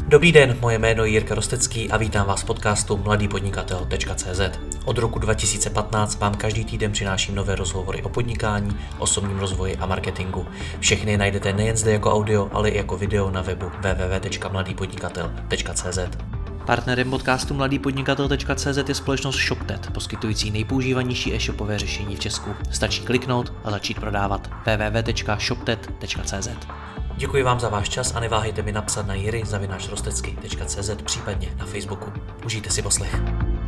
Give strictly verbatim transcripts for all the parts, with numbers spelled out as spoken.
Dobrý den, moje jméno je Jirka Rostecký a vítám vás v podcastu mladý podnikatel tečka cé zet. Od roku dva tisíce patnáct vám každý týden přináším nové rozhovory o podnikání, osobním rozvoji a marketingu. Všechny najdete nejen zde jako audio, ale i jako video na webu w w w tečka mladý podnikatel tečka cé zet. Partnerem podcastu mladý podnikatel tečka cé zet je společnost ShopTet, poskytující nejpoužívanější e-shopové řešení v Česku. Stačí kliknout a začít prodávat. w w w tečka shoptet tečka cé zet. Děkuji vám za váš čas a neváhejte mi napsat na jiry zavináč rostecky tečka cé zet, případně na Facebooku. Užijte si poslech.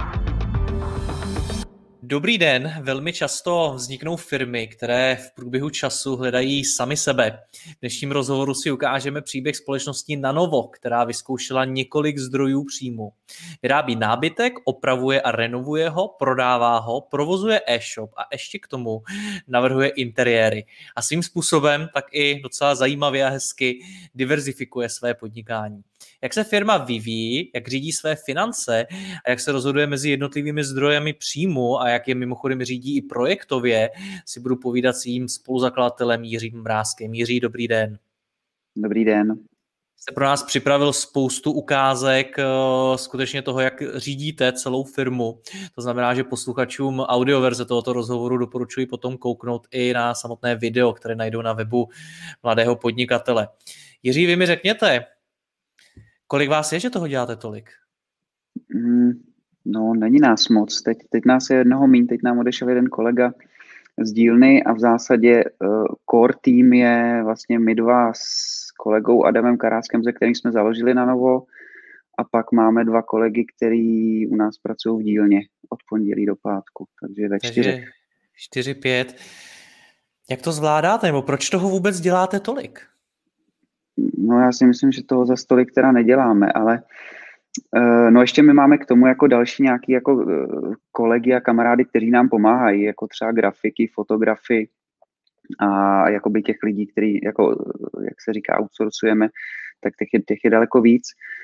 Dobrý den, velmi často vzniknou firmy, které v průběhu času hledají sami sebe. V dnešním rozhovoru si ukážeme příběh společnosti Nanovo, která vyzkoušela několik zdrojů příjmu. Vyrábí nábytek, opravuje a renovuje ho, prodává ho, provozuje e-shop a ještě k tomu navrhuje interiéry. A svým způsobem tak i docela zajímavě a hezky diverzifikuje své podnikání. Jak se firma vyvíjí, jak řídí své finance a jak se rozhoduje mezi jednotlivými zdrojemi příjmu a jak je mimochodem řídí i projektově, si budu povídat s jejím spoluzakladatelem Jiřím Mrázkem. Jiří, dobrý den. Dobrý den. Jste pro nás připravil spoustu ukázek skutečně toho, jak řídíte celou firmu. To znamená, že posluchačům audioverze tohoto rozhovoru doporučuji potom kouknout i na samotné video, které najdou na webu Mladého podnikatele. Jiří, vy mi řekněte, kolik vás je, že toho děláte tolik? Mm, no, není nás moc. Teď, teď nás je jednoho míň, teď nám odešel jeden kolega z dílny a v zásadě uh, core tým je vlastně my dva s kolegou Adamem Karáskem, se kterým jsme založili Nanovo, a pak máme dva kolegy, který u nás pracují v dílně od pondělí do pátku, takže ve čtyřech. čtyři, pět. Jak to zvládáte, nebo proč toho vůbec děláte tolik? No, já si myslím, že toho za tolik teda neděláme, ale uh, no ještě my máme k tomu jako další nějaký jako uh, kolegy a kamarády, kteří nám pomáhají, jako třeba grafiky, fotografy a jakoby těch lidí, který jako, jak se říká, outsourcujeme, tak těch je, těch je daleko víc.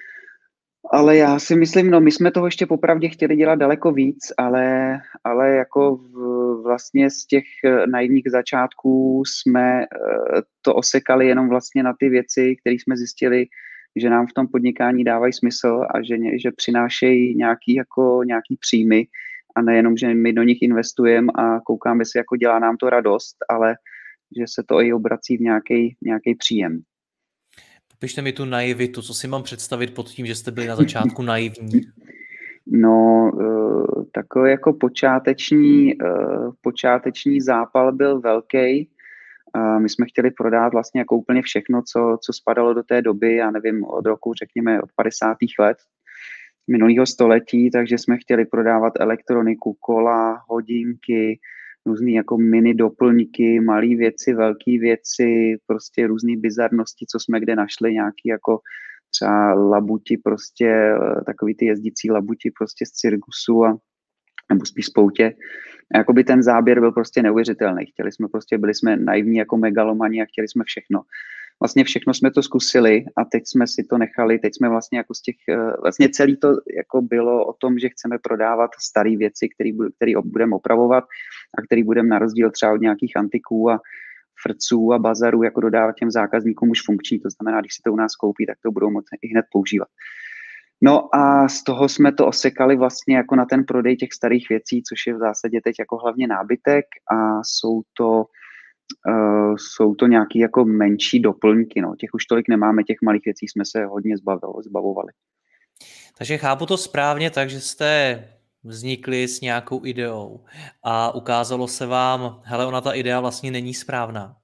Ale já si myslím, no my jsme toho ještě popravdě chtěli dělat daleko víc, ale, ale jako v, vlastně z těch naivních začátků jsme to osekali jenom vlastně na ty věci, které jsme zjistili, že nám v tom podnikání dávají smysl a že, že přinášejí nějaký, jako, nějaký příjmy a nejenom, že my do nich investujeme a koukáme si, jako dělá nám to radost, ale že se to i obrací v nějaký, nějaký příjem. Popište mi tu naivitu, co si mám představit pod tím, že jste byli na začátku naivní? No, takový jako počáteční, počáteční zápal byl velký. My jsme chtěli prodat vlastně jako úplně všechno, co, co spadalo do té doby, já nevím, od roku, řekněme, od padesátých let minulého století, takže jsme chtěli prodávat elektroniku, kola, hodinky, různý jako mini doplňky, malé věci, velké věci, prostě různé bizarnosti, co jsme kde našli, nějaký jako třeba labuti, prostě takový ty jezdící labuti prostě z cirkusu a nebo spíš z poutě. A jakoby ten záběr byl prostě neuvěřitelný. Chtěli jsme prostě, byli jsme naivní jako megalomani a chtěli jsme všechno. Vlastně všechno jsme to zkusili a teď jsme si to nechali, teď jsme vlastně jako z těch, vlastně celý to jako bylo o tom, že chceme prodávat staré věci, které budeme opravovat a které budeme na rozdíl třeba od nějakých antiků a frců a bazarů jako dodávat těm zákazníkům už funkční, to znamená, když si to u nás koupí, tak to budou moci i hned používat. No a z toho jsme to osekali vlastně jako na ten prodej těch starých věcí, což je v zásadě teď jako hlavně nábytek a jsou to Uh, jsou to nějaké jako menší doplňky, no. Těch už tolik nemáme, těch malých věcí jsme se hodně zbavili, zbavovali. Takže chápu to správně tak, že jste vznikli s nějakou ideou a ukázalo se vám, hele, ona ta idea vlastně není správná.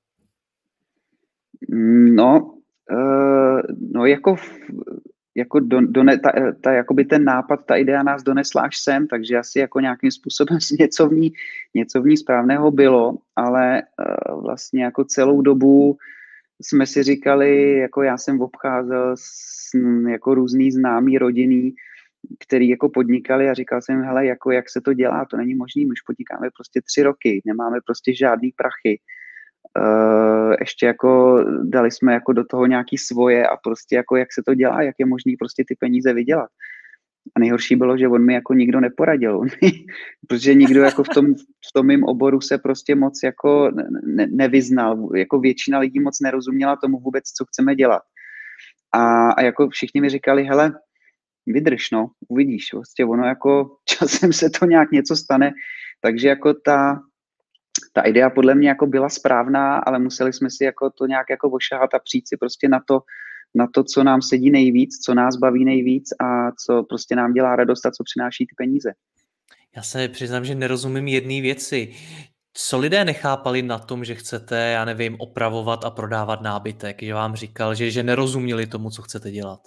No, uh, no jako, jako do, do ne, ta, ta, jakoby ten nápad, ta idea nás donesla až sem, takže asi jako nějakým způsobem něco v ní, něco v ní správného bylo, ale uh, vlastně jako celou dobu jsme si říkali, jako já jsem obcházel s, jako různý známý rodinný, který jako podnikali a říkal jsem, hele, jako jak se to dělá, to není možný, my už podnikáme prostě tři roky, nemáme prostě žádný prachy. Uh, ještě jako dali jsme jako do toho nějaký svoje a prostě jako jak se to dělá, jak je možný prostě ty peníze vydělat. A nejhorší bylo, že on mi jako nikdo neporadil, protože nikdo jako v tom, v tom mým oboru se prostě moc jako ne, nevyznal, jako většina lidí moc nerozuměla tomu vůbec, co chceme dělat. A, a jako všichni mi říkali, hele, vydrž, no, uvidíš, vlastně ono jako časem se to nějak něco stane, takže jako ta, ta idea podle mě jako byla správná, ale museli jsme si jako to nějak jako ošahat a přijít si prostě na to, na to, co nám sedí nejvíc, co nás baví nejvíc a co prostě nám dělá radost a co přináší ty peníze. Já se přiznám, že nerozumím jedné věci. Co lidé nechápali na tom, že chcete, já nevím, opravovat a prodávat nábytek? Že vám říkal, že, že nerozuměli tomu, co chcete dělat?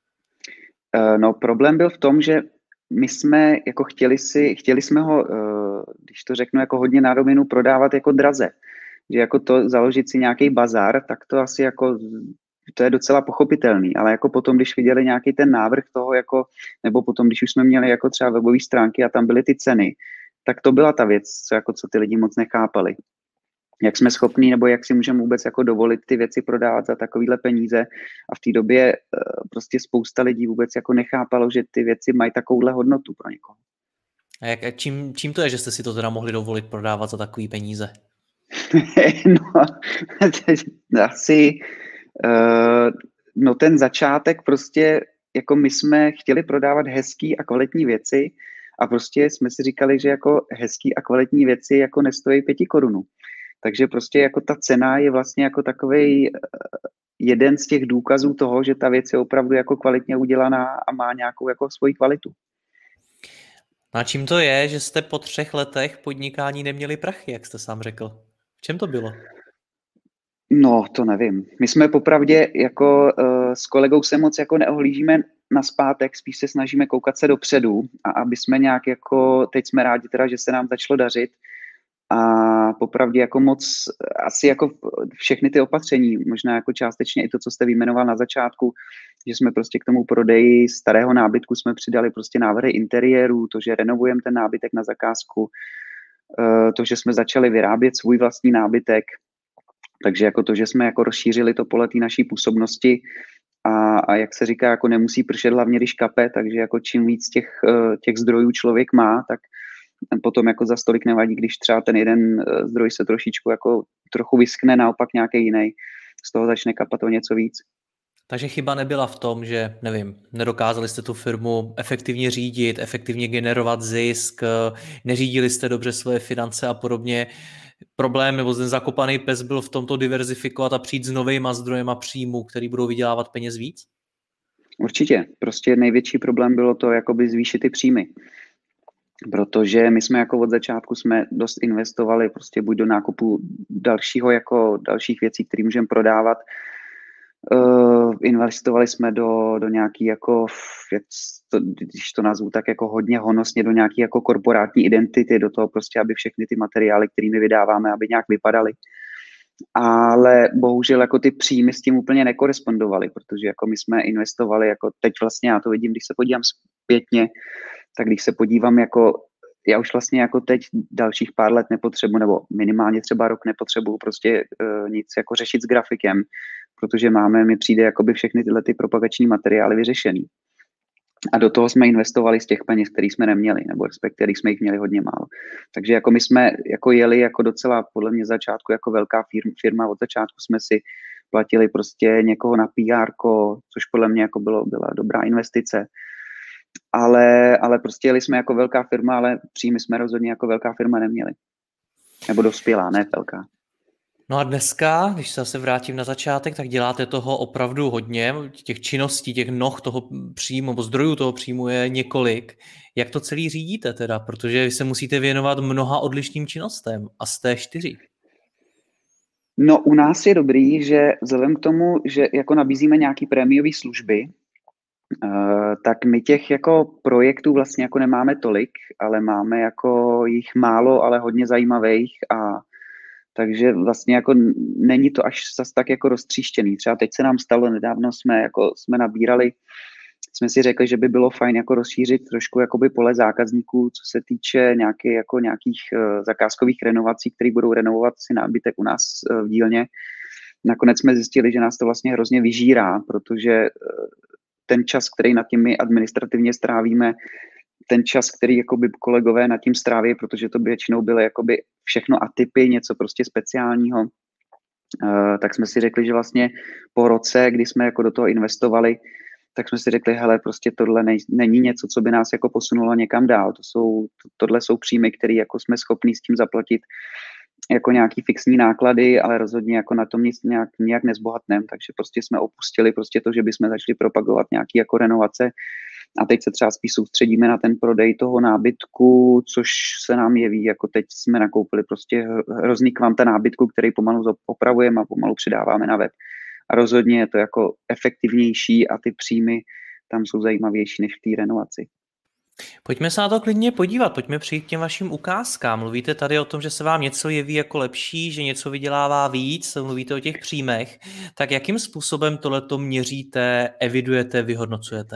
No, problém byl v tom, že my jsme jako chtěli si, chtěli jsme ho, když to řeknu jako hodně na rovinu, prodávat jako draze. Že jako to založit si nějaký bazar, tak to asi jako, to je docela pochopitelný, ale jako potom, když viděli nějaký ten návrh toho, jako, nebo potom, když už jsme měli jako třeba webové stránky a tam byly ty ceny, tak to byla ta věc, co, jako, co ty lidi moc nechápali. Jak jsme schopní, nebo jak si můžeme vůbec jako dovolit ty věci prodávat za takovýhle peníze. A v té době prostě spousta lidí vůbec jako nechápalo, že ty věci mají takovouhle hodnotu pro někoho. A jak, čím, čím to je, že jste si to teda mohli dovolit prodávat za takový peníze? No, asi uh, no ten začátek prostě, jako my jsme chtěli prodávat hezký a kvalitní věci a prostě jsme si říkali, že jako hezký a kvalitní věci jako nestojí pěti korunů. Takže prostě jako ta cena je vlastně jako takovej jeden z těch důkazů toho, že ta věc je opravdu jako kvalitně udělaná a má nějakou jako svoji kvalitu. A čím to je, že jste po třech letech podnikání neměli prachy, jak jste sám řekl? V čem to bylo? No, to nevím. My jsme popravdě jako uh, s kolegou se moc jako neohlížíme na zpátek, spíš se snažíme koukat se dopředu a aby jsme nějak jako, teď jsme rádi teda, že se nám začalo dařit a popravdě jako moc, asi jako všechny ty opatření, možná jako částečně i to, co jste vyjmenoval na začátku, že jsme prostě k tomu prodeji starého nábytku jsme přidali prostě návrhy interiérů, to, že renovujeme ten nábytek na zakázku, uh, to, že jsme začali vyrábět svůj vlastní nábytek. Takže jako to, že jsme jako rozšířili to pole té naší působnosti a, a jak se říká, jako nemusí pršet hlavně, když kape, takže jako čím víc těch, těch zdrojů člověk má, tak potom jako za stolik nevadí, když třeba ten jeden zdroj se trošičku jako trochu vyskne, naopak nějaký jiný, z toho začne kapat o něco víc. Takže chyba nebyla v tom, že, nevím, nedokázali jste tu firmu efektivně řídit, efektivně generovat zisk, neřídili jste dobře svoje finance a podobně. Problém nebo ten zakopaný pes byl v tomto diverzifikovat a přijít s novejma zdrojema příjmu, který budou vydělávat peněz víc? Určitě. Prostě největší problém bylo to jakoby zvýšit ty příjmy. Protože my jsme jako od začátku jsme dost investovali prostě buď do nákupu dalšího jako dalších věcí, které můžeme prodávat. Uh, investovali jsme do, do nějaký jako, to, když to nazvu tak jako hodně honosně, do nějaký jako korporátní identity, do toho prostě, aby všechny ty materiály, kterými vydáváme, aby nějak vypadaly. Ale bohužel jako ty příjmy s tím úplně nekorespondovaly, protože jako my jsme investovali jako teď vlastně, já to vidím, když se podívám zpětně, tak když se podívám jako, já už vlastně jako teď dalších pár let nepotřebuji, nebo minimálně třeba rok nepotřebuji prostě uh, nic jako řešit s grafikem, protože máme, mi přijde jakoby všechny tyhle ty propagační materiály vyřešený. A do toho jsme investovali z těch peněz, který jsme neměli, nebo respektive jsme jich měli hodně málo. Takže jako my jsme jako jeli jako docela podle mě začátku jako velká firma, od začátku jsme si platili prostě někoho na P R ko, což podle mě jako bylo, byla dobrá investice. Ale, ale prostě jeli jsme jako velká firma, ale příjmy jsme rozhodně jako velká firma neměli. Nebo dospělá, ne velká. No a dneska, když se zase vrátím na začátek, tak děláte toho opravdu hodně, těch činností, těch noh toho příjmu, nebo zdrojů toho příjmu je několik. Jak to celý řídíte teda? Protože vy se musíte věnovat mnoha odlišným činnostem a jste čtyři. No u nás je dobrý, že vzhledem k tomu, že jako nabízíme nějaký prémiové služby, Uh, tak my těch jako projektů vlastně jako nemáme tolik, ale máme jako jich málo, ale hodně zajímavých a takže vlastně jako není to až zas tak jako roztříštěný. Třeba teď se nám stalo, nedávno jsme jako jsme nabírali, jsme si řekli, že by bylo fajn jako rozšířit trošku jakoby pole zákazníků, co se týče nějaký, jako nějakých uh, zakázkových renovací, které budou renovovat si nábytek u nás uh, v dílně. Nakonec jsme zjistili, že nás to vlastně hrozně vyžírá, protože uh, ten čas, který nad tím my administrativně strávíme, ten čas, který jakoby kolegové nad tím stráví, protože to většinou byly jakoby všechno atypy, něco prostě speciálního, tak jsme si řekli, že vlastně po roce, kdy jsme jako do toho investovali, tak jsme si řekli, hele, prostě tohle nej, není něco, co by nás jako posunulo někam dál. To jsou, to, tohle jsou příjmy, které jako jsme schopni s tím zaplatit jako nějaký fixní náklady, ale rozhodně jako na tom nic nějak, nějak nezbohatneme, takže prostě jsme opustili prostě to, že bychom začali propagovat nějaký jako renovace a teď se třeba spíš soustředíme na ten prodej toho nábytku, což se nám jeví, jako teď jsme nakoupili prostě hrozný kvanta nábytku, který pomalu opravujeme a pomalu přidáváme na web. A rozhodně je to jako efektivnější a ty příjmy tam jsou zajímavější než v té renovaci. Pojďme se na to klidně podívat, pojďme přijít k těm vašim ukázkám. Mluvíte tady o tom, že se vám něco jeví jako lepší, že něco vydělává víc, mluvíte o těch příjmech. Tak jakým způsobem tohleto měříte, evidujete, vyhodnocujete?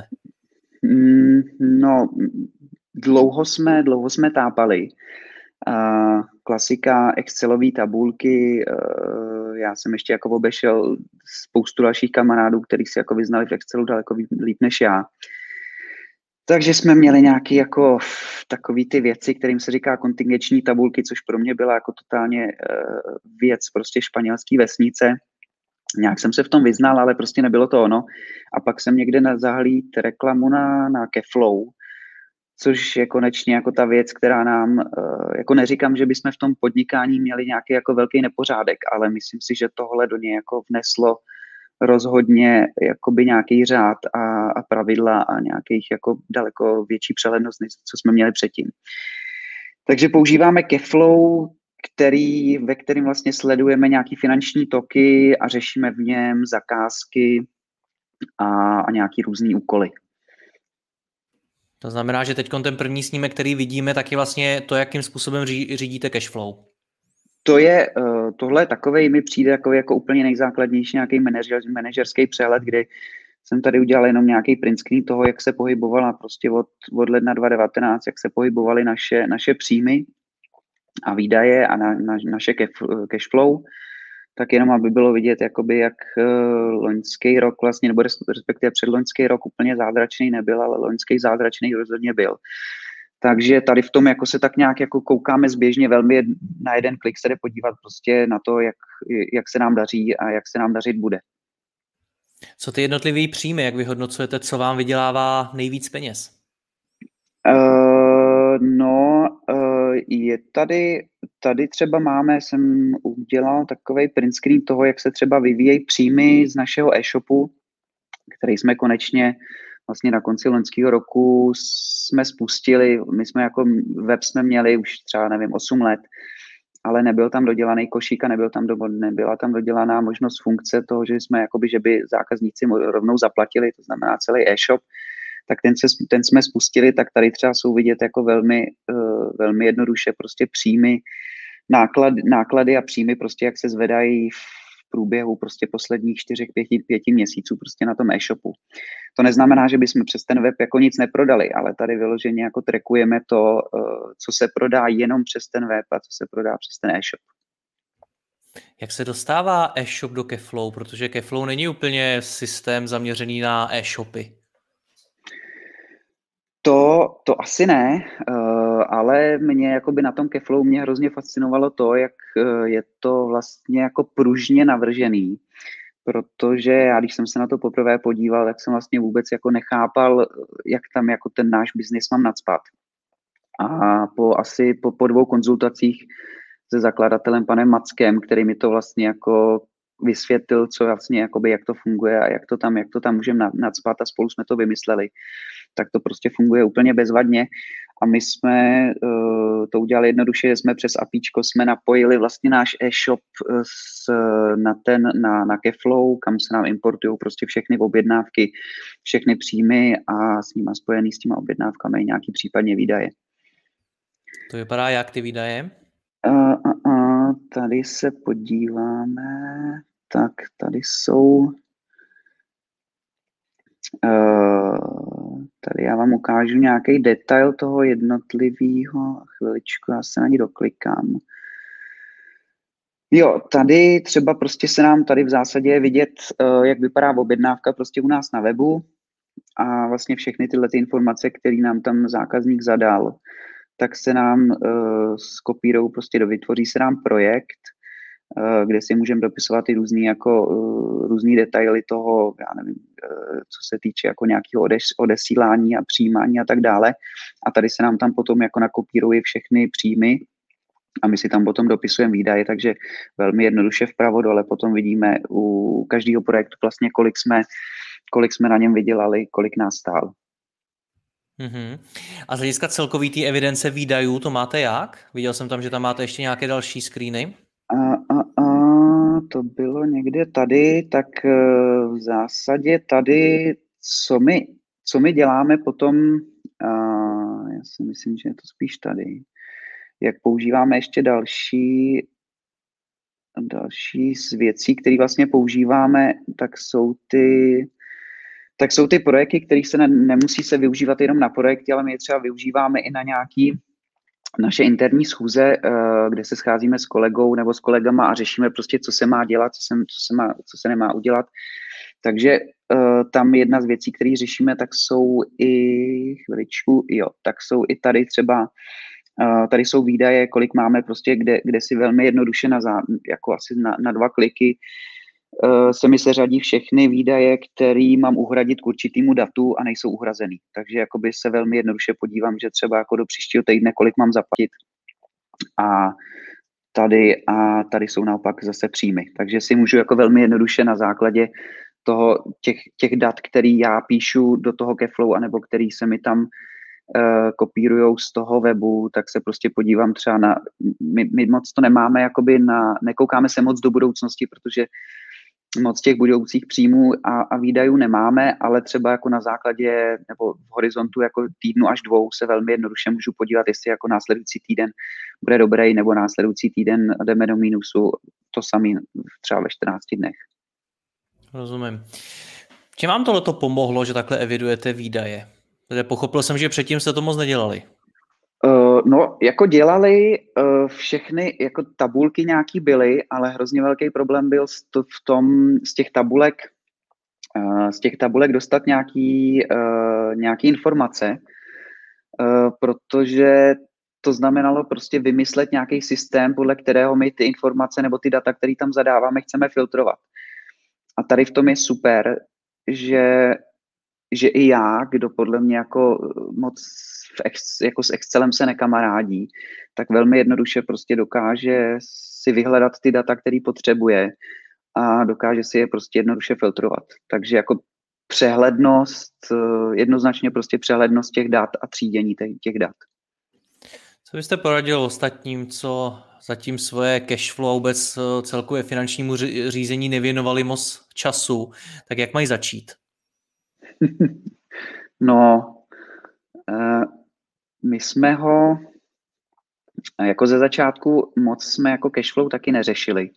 No, dlouho jsme, dlouho jsme tápali. Uh, klasika, Excelové tabulky, uh, já jsem ještě jako obešel spoustu dalších kamarádů, kteří si jako vyznali v Excelu daleko líp než já. Takže jsme měli nějaké jako takový ty věci, kterým se říká kontingenční tabulky, což pro mě byla jako totálně uh, věc prostě španělský vesnice. Nějak jsem se v tom vyznal, ale prostě nebylo to ono. A pak jsem někde zahlídl reklamu na, na Keflow, což je konečně jako ta věc, která nám, jako neříkám, že bychom v tom podnikání měli nějaký jako velký nepořádek, ale myslím si, že tohle do něj jako vneslo rozhodně jakoby nějaký řád a, a pravidla a nějakých jako daleko větší přehlednost, než co jsme měli předtím. Takže používáme Keflow, který, ve kterém vlastně sledujeme nějaký finanční toky a řešíme v něm zakázky a, a nějaký různý úkoly. To znamená, že teď ten první snímek, který vidíme, tak je vlastně to, jakým způsobem řídíte cashflow. To je, tohle je takovej, mi přijde takový jako úplně nejzákladnější nějaký manažer, manažerský přehled, kdy jsem tady udělal jenom nějaký print screen toho, jak se pohybovala prostě od, od ledna dva tisíce devatenáct, jak se pohybovaly naše, naše příjmy a výdaje a na, na, naše cash flow, tak jenom aby bylo vidět, jakoby jak uh, loňský rok vlastně, nebo respektive předloňský rok úplně zázračný nebyl, ale loňský zázračný rozhodně byl. Takže tady v tom jako se tak nějak jako koukáme zběžně velmi na jeden klik se jde podívat prostě na to, jak, jak se nám daří a jak se nám dařit bude. Co ty jednotlivý příjmy, jak vyhodnocujete, co vám vydělává nejvíc peněz? Uh, no, uh, je tady, tady třeba máme, jsem udělal takovej print screen toho, jak se třeba vyvíjejí příjmy z našeho e-shopu, který jsme konečně vlastně na konci loňského roku jsme spustili. My jsme jako web jsme měli už třeba, nevím, osm let, ale nebyl tam dodělaný košík a nebyl tam do, nebyla tam dodělaná možnost funkce toho, že jsme jakoby, že by zákazníci rovnou zaplatili, to znamená celý e-shop, tak ten, se, ten jsme spustili, tak tady třeba jsou vidět jako velmi, uh, velmi jednoduše prostě příjmy, náklad, náklady a příjmy prostě jak se zvedají v průběhu prostě posledních čtyřech, pěti, pěti měsíců prostě na tom e-shopu. To neznamená, že bychom přes ten web jako nic neprodali, ale tady vyloženě jako trackujeme to, co se prodá jenom přes ten web a co se prodá přes ten e-shop. Jak se dostává e-shop do Keflow? Protože Keflow není úplně systém zaměřený na e-shopy. To, to asi ne, ale mě jakoby na tom Keflow mě hrozně fascinovalo to, jak je to vlastně jako pružně navržený, protože já, když jsem se na to poprvé podíval, tak jsem vlastně vůbec jako nechápal, jak tam jako ten náš biznis mám nacpat. A po asi po, po dvou konzultacích se zakladatelem panem Mackem, který mi to vlastně jako vysvětlil, co vlastně jakoby, jak to funguje a jak to tam, jak to tam můžeme nacpat a spolu jsme to vymysleli, tak to prostě funguje úplně bezvadně. A my jsme uh, to udělali jednoduše, že jsme přes apíčko jsme napojili vlastně náš e-shop s, na ten, na, na Keflow, kam se nám importují prostě všechny objednávky, všechny příjmy a s nimi spojený s těma objednávkami nějaký případně výdaje. To vypadá jak ty výdaje? Uh, uh, uh, tady se podíváme, tak tady jsou Uh, tady já vám ukážu nějaký detail toho jednotlivého. Chviličku, já se na ní doklikám. Jo, tady třeba prostě se nám tady v zásadě je vidět, uh, jak vypadá objednávka prostě u nás na webu a vlastně všechny tyhle ty informace, které nám tam zákazník zadal, tak se nám uh, skopírou prostě do, vytvoří se nám projekt, kde si můžeme dopisovat i různý, jako, různý detaily toho, já nevím, co se týče jako nějakého odes, odesílání a přijímání a tak dále. A tady se nám tam potom jako nakopírují všechny příjmy a my si tam potom dopisujeme výdaje, takže velmi jednoduše vpravo dole potom vidíme u každého projektu vlastně, kolik jsme, kolik jsme na něm vydělali, kolik nás stál. Mm-hmm. A z hlediska celkový té evidence výdajů to máte jak? Viděl jsem tam, že tam máte ještě nějaké další screeny. A, a, a to bylo někde tady, tak v zásadě tady, co my, co my děláme potom, a já si myslím, že je to spíš tady, jak používáme ještě další, další z věcí, které vlastně používáme, tak jsou ty, tak jsou ty projekty, které se ne, nemusí se využívat jenom na projekty, ale my je třeba využíváme i na nějaký naše interní schůze, kde se scházíme s kolegou nebo s kolegama a řešíme prostě, co se má dělat, co se, co se, má, co se nemá udělat. Takže tam jedna z věcí, které řešíme, tak jsou i chviličku, jo, tak jsou i tady třeba, tady jsou výdaje, kolik máme prostě, kde, kde si velmi jednoduše na, zá, jako asi na, na dva kliky se mi seřadí všechny výdaje, které mám uhradit k určitému datu a nejsou uhrazený. Takže jakoby se velmi jednoduše podívám, že třeba jako do příštího týdne, kolik mám zaplatit. A tady, a tady jsou naopak zase příjmy. Takže si můžu jako velmi jednoduše na základě toho, těch, těch dat, který já píšu do toho Cashflow, anebo který se mi tam uh, kopírujou z toho webu, tak se prostě podívám třeba na, my, my moc to nemáme, jakoby na, nekoukáme se moc do budoucnosti, protože moc těch budoucích příjmů a, a výdajů nemáme, ale třeba jako na základě nebo v horizontu jako týdnu až dvou se velmi jednoduše můžu podívat, jestli jako následující týden bude dobrý, nebo následující týden jdeme do mínusu, to samý třeba ve čtrnácti dnech. Rozumím. Čím vám tohleto pomohlo, že takhle evidujete výdaje? Protože pochopil jsem, že předtím jste to moc nedělali. Uh, no, jako dělali uh, všechny, jako tabulky nějaký byly, ale hrozně velký problém byl st- v tom, z těch tabulek, uh, z těch tabulek dostat nějaký, uh, nějaký informace, uh, protože to znamenalo prostě vymyslet nějaký systém, podle kterého my ty informace nebo ty data, které tam zadáváme, chceme filtrovat. A tady v tom je super, že že i já, kdo podle mě jako moc v ex, jako s Excelem se nekamarádí, tak velmi jednoduše prostě dokáže si vyhledat ty data, který potřebuje a dokáže si je prostě jednoduše filtrovat. Takže jako přehlednost, jednoznačně prostě přehlednost těch dat a třídění těch dat. Co byste poradil ostatním, co zatím svoje cashflow a vůbec celkově finančnímu řízení nevěnovali moc času, tak jak mají začít? No, my jsme ho jako ze začátku moc jsme jako cashflow taky neřešili,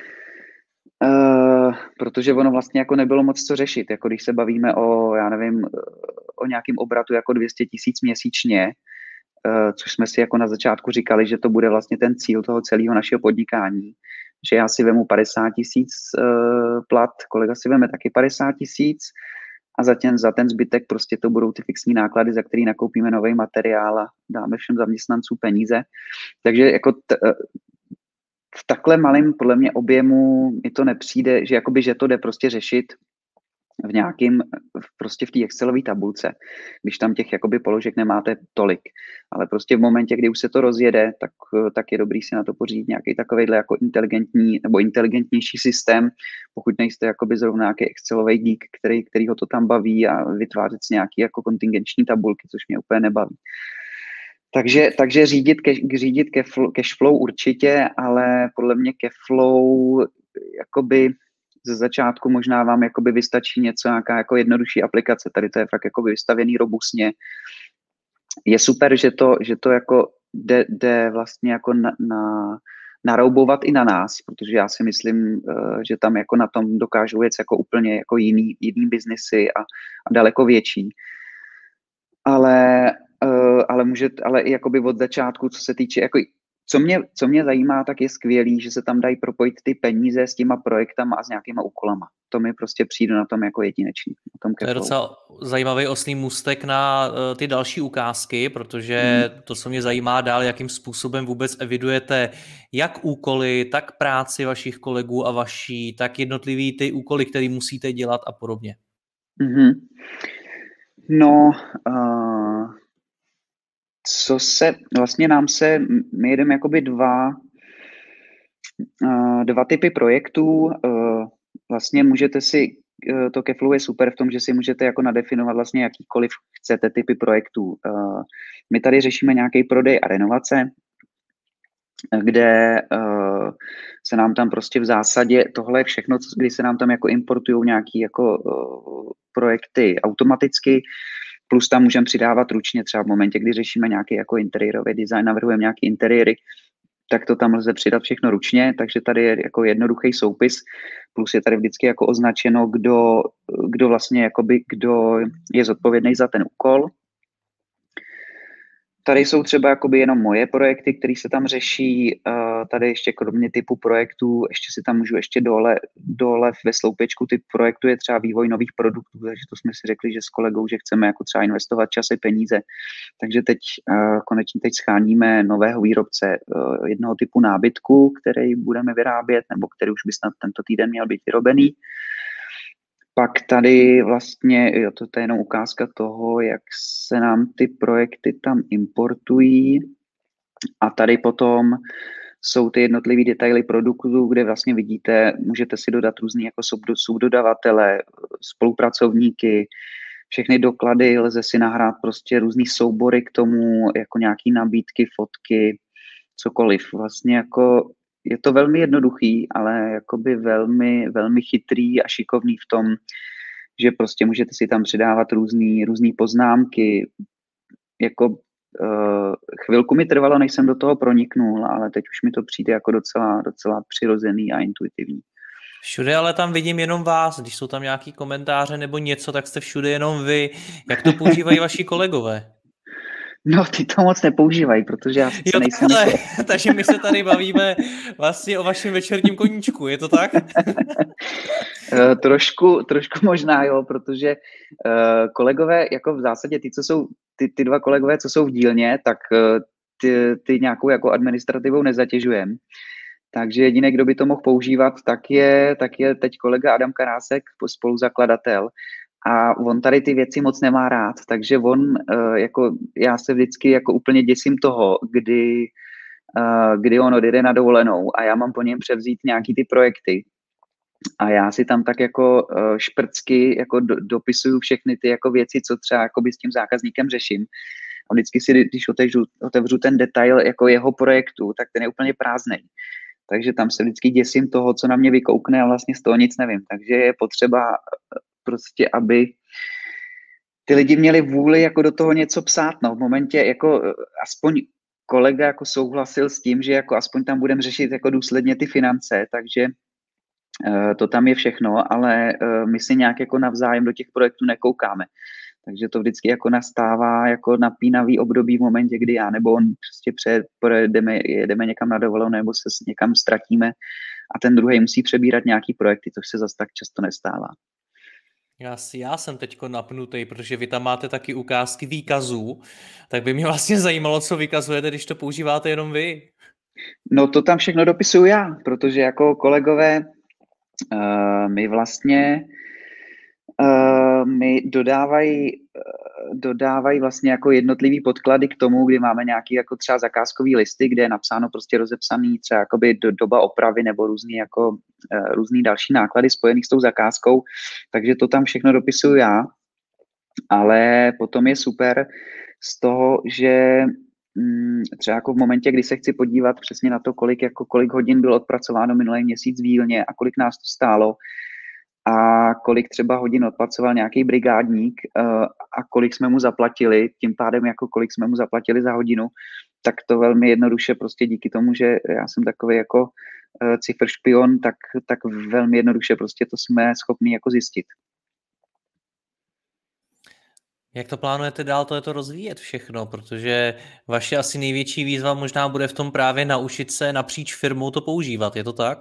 protože ono vlastně jako nebylo moc co řešit, jako když se bavíme o, já nevím, o nějakém obratu jako dvě stě tisíc měsíčně, což jsme si jako na začátku říkali, že to bude vlastně ten cíl toho celého našeho podnikání, že já si vemu padesát tisíc plat, kolega si veme taky padesát tisíc, a za ten, za ten zbytek prostě to budou ty fixní náklady, za který nakoupíme nový materiál a dáme všem zaměstnancům peníze. Takže jako t, v takhle malém podle mě objemu mi to nepřijde, že jakoby, že to jde prostě řešit v nějakým, prostě v té Excelové tabulce, když tam těch jakoby položek nemáte tolik. Ale prostě v momentě, kdy už se to rozjede, tak, tak je dobrý si na to pořídit nějaký takovejhle jako inteligentní nebo inteligentnější systém, pokud nejste jakoby zrovna nějaký Excelový geek, který, který ho to tam baví a vytvářet si nějaký jako kontingenční tabulky, což mě úplně nebaví. Takže, takže řídit, cash, řídit cashflow určitě, ale podle mě cashflow jakoby ze začátku možná vám jakoby vystačí něco, nějaká jako jednodušší aplikace. Tady to je fakt jakoby vystavěný robustně. Je super, že to, že to jako jde, jde vlastně jako na, na, naroubovat i na nás, protože já si myslím, že tam jako na tom dokážou věc jako úplně jako jiný, jiný biznesy a, a daleko větší. Ale, ale může, ale i jakoby od začátku, co se týče jako co mě, co mě zajímá, tak je skvělý, že se tam dají propojit ty peníze s těma projektama a s nějakýma úkolama. To mi prostě přijde na tom jako jedinečný. Na tom To je Keflow. docela zajímavý oslý můstek na uh, ty další ukázky, protože Mm. to, co mě zajímá dál, jakým způsobem vůbec evidujete jak úkoly, tak práci vašich kolegů a vaší, tak jednotlivý ty úkoly, které musíte dělat a podobně. Mm-hmm. No, uh, co se, vlastně nám se, my jedeme jakoby dva, uh, dva typy projektů. Uh, vlastně můžete si, uh, to Keflow je super v tom, že si můžete jako nadefinovat vlastně jakýkoliv chcete typy projektů. Uh, my tady řešíme nějaký prodej a renovace, kde uh, se nám tam prostě v zásadě, tohle je všechno, kdy se nám tam jako importují nějaký jako uh, projekty automaticky, plus tam můžeme přidávat ručně třeba v momentě, kdy řešíme nějaký jako interiérový design, navrhujeme nějaký interiéry, tak to tam lze přidat všechno ručně, takže tady je jako jednoduchý soupis, plus je tady vždycky jako označeno, kdo, kdo vlastně jakoby, kdo je zodpovědný za ten úkol. Tady jsou třeba jakoby jenom moje projekty, které se tam řeší. Tady ještě kromě typu projektů, ještě si tam můžu ještě dole, dole ve sloupečku typ projektu je třeba vývoj nových produktů, takže to jsme si řekli, že s kolegou, že chceme jako třeba investovat čas a peníze. Takže teď konečně teď scháníme nového výrobce jednoho typu nábytku, který budeme vyrábět, nebo který už by snad tento týden měl být vyrobený. Pak tady vlastně, jo, to je jenom ukázka toho, jak se nám ty projekty tam importují. A tady potom jsou ty jednotlivé detaily produktů, kde vlastně vidíte, můžete si dodat různý jako subdodavatele, spolupracovníky, všechny doklady, lze si nahrát prostě různý soubory k tomu, jako nějaký nabídky, fotky, cokoliv. Vlastně jako je to velmi jednoduchý, ale jakoby velmi, velmi chytrý a šikovný v tom, že prostě můžete si tam přidávat různý, různý poznámky. Jako uh, chvilku mi trvalo, než jsem do toho proniknul, ale teď už mi to přijde jako docela, docela přirozený a intuitivní. Všude ale tam vidím jenom vás, když jsou tam nějaký komentáře nebo něco, tak jste všude jenom vy. Jak to používají vaši kolegové? No, ty to moc nepoužívají, protože já sice jo, nejsem... Takhle. Jako... Takže my se tady bavíme vlastně o vašem večerním koníčku, je to tak? trošku, trošku možná, jo, protože uh, kolegové, jako v zásadě ty, co jsou, ty, ty dva kolegové, co jsou v dílně, tak uh, ty, ty nějakou jako administrativou nezatěžujeme. Takže jediný, kdo by to mohl používat, tak je, tak je teď kolega Adam Karásek, spoluzakladatel. A on tady ty věci moc nemá rád, takže on, uh, jako já se vždycky jako úplně děsím toho, kdy, uh, kdy on odjede na dovolenou a já mám po něm převzít nějaký ty projekty. A já si tam tak jako uh, šprcky jako do, dopisuju všechny ty jako věci, co třeba jakoby s tím zákazníkem řeším. A vždycky si, když otevřu, otevřu ten detail jako jeho projektu, tak ten je úplně prázdnej. Takže tam se vždycky děsím toho, co na mě vykoukne a vlastně z toho nic nevím. Takže je potřeba prostě, aby ty lidi měli vůli jako do toho něco psát. No, v momentě jako aspoň kolega jako souhlasil s tím, že jako aspoň tam budeme řešit jako důsledně ty finance, takže uh, to tam je všechno, ale uh, my si nějak jako navzájem do těch projektů nekoukáme. Takže to vždycky jako nastává jako napínavý období v momentě, kdy já nebo on prostě přejedeme, jedeme někam na dovolenou nebo se někam ztratíme a ten druhý musí přebírat nějaký projekty, což se zase tak často nestává. Já, si, já jsem teďko napnutý, protože vy tam máte taky ukázky výkazů, tak by mě vlastně zajímalo, co vykazujete, když to používáte jenom vy. No to tam všechno dopisuju já, protože jako kolegové uh, my vlastně Uh, mi dodávají, uh, dodávají vlastně jako jednotlivý podklady k tomu, kdy máme nějaký jako třeba zakázkový listy, kde je napsáno prostě rozepsaný třeba jakoby do, doba opravy nebo různý jako uh, různý další náklady spojený s tou zakázkou, takže to tam všechno dopisuju já, ale potom je super z toho, že um, třeba jako v momentě, kdy se chci podívat přesně na to, kolik, jako kolik hodin bylo odpracováno minulý měsíc v dílně a kolik nás to stálo, a kolik třeba hodin odpracoval nějaký brigádník uh, a kolik jsme mu zaplatili, tím pádem jako kolik jsme mu zaplatili za hodinu, tak to velmi jednoduše prostě díky tomu, že já jsem takový jako uh, cifr špion, tak, tak velmi jednoduše prostě to jsme schopni jako zjistit. Jak to plánujete dál tohleto rozvíjet všechno? Protože vaše asi největší výzva možná bude v tom právě naučit se napříč firmou to používat, je to tak?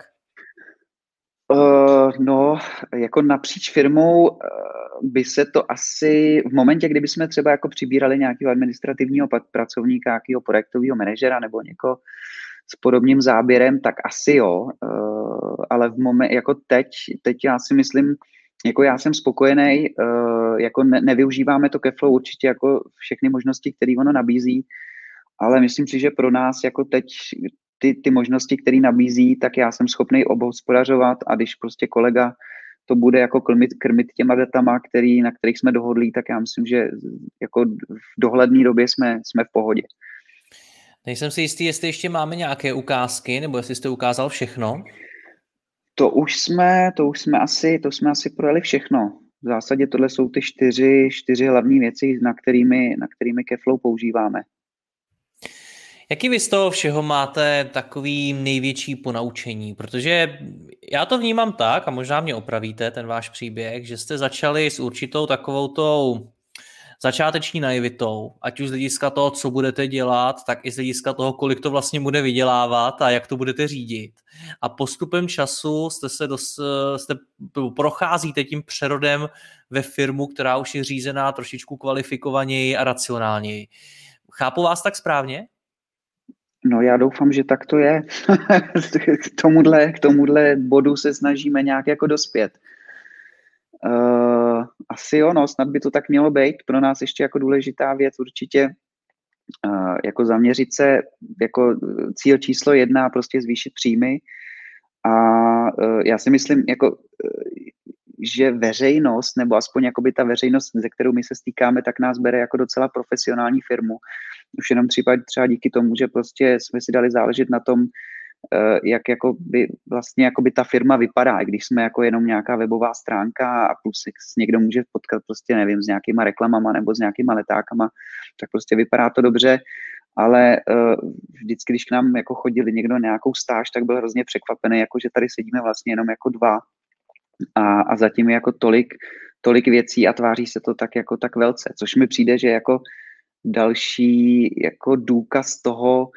Uh, no, jako napříč firmou uh, by se to asi v momentě, kdyby jsme třeba jako přibírali nějakého administrativního pracovníka, nějakého projektového manažera nebo někoho s podobným záběrem, tak asi jo, uh, ale v moment, jako teď, teď já si myslím, jako já jsem spokojený, uh, jako ne, nevyužíváme to Keflow určitě jako všechny možnosti, které ono nabízí, ale myslím si, že pro nás jako teď ty, ty možnosti, které nabízí, tak já jsem schopný obhospodařovat a když prostě kolega to bude jako krmit, krmit těma datama, který, na kterých jsme dohodli, tak já myslím, že jako v dohledné době jsme, jsme v pohodě. Nejsem si jistý, jestli ještě máme nějaké ukázky, nebo jestli jste ukázal všechno. To už jsme, to už jsme asi, to jsme asi projeli všechno. V zásadě tohle jsou ty čtyři, čtyři hlavní věci, na kterými, na kterými Keflow používáme. Jaký vy z toho všeho máte takový největší ponaučení? Protože já to vnímám tak, a možná mě opravíte, ten váš příběh, že jste začali s určitou takovou tou začáteční naivitou, ať už z hlediska toho, co budete dělat, tak i z hlediska toho, kolik to vlastně bude vydělávat a jak to budete řídit. A postupem času jste se dos, jste, procházíte tím přerodem ve firmu, která už je řízená trošičku kvalifikovaněji a racionálněji. Chápu vás tak správně? No já doufám, že tak to je. k, tomuhle, k tomuhle bodu se snažíme nějak jako dospět. Uh, asi jo, no, snad by to tak mělo být. Pro nás ještě jako důležitá věc určitě uh, jako zaměřit se jako cíl číslo jedna, prostě zvýšit příjmy. A uh, já si myslím, jako, uh, že veřejnost, nebo aspoň jakoby ta veřejnost, ze kterou my se stýkáme, tak nás bere jako docela profesionální firmu. Už jenom třeba, třeba díky tomu, že prostě jsme si dali záležet na tom, jak jakoby vlastně jakoby ta firma vypadá, i když jsme jako jenom nějaká webová stránka a plus se někdo může potkat prostě, nevím, s nějakýma reklamama nebo s nějakýma letákama, tak prostě vypadá to dobře, ale uh, vždycky, když k nám jako chodili někdo na nějakou stáž, tak byl hrozně překvapený, jako že tady sedíme vlastně jenom jako dva a, a zatím je jako tolik, tolik věcí a tváří se to tak jako tak velce, což mi přijde, že jako další jako důkaz toho,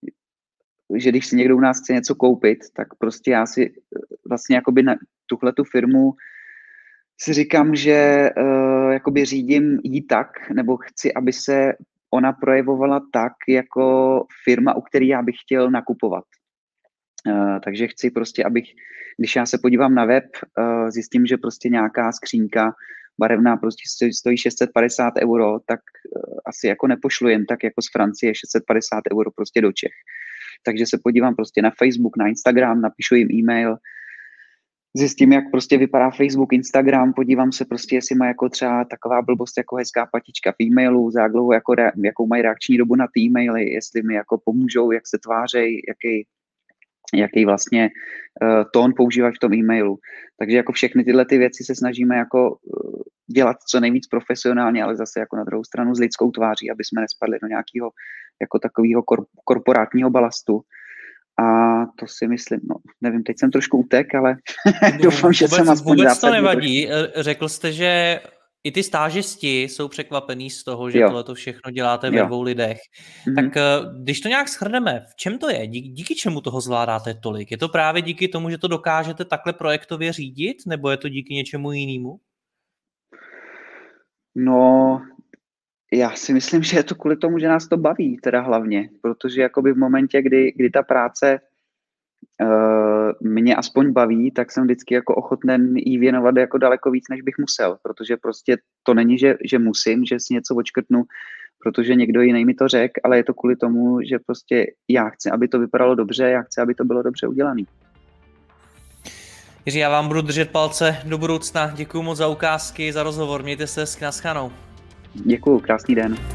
že když si někdo u nás chce něco koupit, tak prostě já si vlastně jakoby na tuhletu firmu si říkám, že uh, jakoby řídím jí tak, nebo chci, aby se ona projevovala tak jako firma, u které já bych chtěl nakupovat. Uh, takže chci prostě, abych, když já se podívám na web, uh, zjistím, že prostě nějaká skřínka barevná prostě stojí šest set padesát euro, tak uh, asi jako nepošlu jen tak jako z Francie šest set padesát euro prostě do Čech. Takže se podívám prostě na Facebook, na Instagram, napíšu jim e-mail, zjistím, jak prostě vypadá Facebook, Instagram, podívám se prostě, jestli má jako třeba taková blbost jako hezká patička v e-mailu, za jak dlouho, jako re, jakou mají reakční dobu na ty e-maily, jestli mi jako pomůžou, jak se tvářejí, jaký, jaký vlastně uh, tón používají v tom e-mailu. Takže jako všechny tyhle ty věci se snažíme jako uh, dělat co nejvíc profesionálně, ale zase jako na druhou stranu s lidskou tváří, aby jsme nespadli do nějakého jako takového kor- korporátního balastu. A to si myslím, no nevím, teď jsem trošku utek, ale doufám, že vůbec, jsem aspoň vůbec to nevadí. Trošku... Řekl jste, že i ty stážisti jsou překvapení z toho, že tohle to všechno děláte ve dvou lidech. Mm-hmm. Tak když to nějak shrneme, v čem to je? Díky, díky čemu toho zvládáte tolik? Je to právě díky tomu, že to dokážete takhle projektově řídit, nebo je to díky něčemu jinému? No, já si myslím, že je to kvůli tomu, že nás to baví, teda hlavně, protože jakoby v momentě, kdy, kdy ta práce uh, mě aspoň baví, tak jsem vždycky jako ochoten jí věnovat jako daleko víc, než bych musel, protože prostě to není, že, že musím, že si něco odškrtnu, protože někdo jiný mi to řekl, ale je to kvůli tomu, že prostě já chci, aby to vypadalo dobře, já chci, aby to bylo dobře udělané. Jiří, já vám budu držet palce do budoucna. Děkuju moc za ukázky, za rozhovor. Mějte se hezky, naschledanou. Děkuju, krásný den.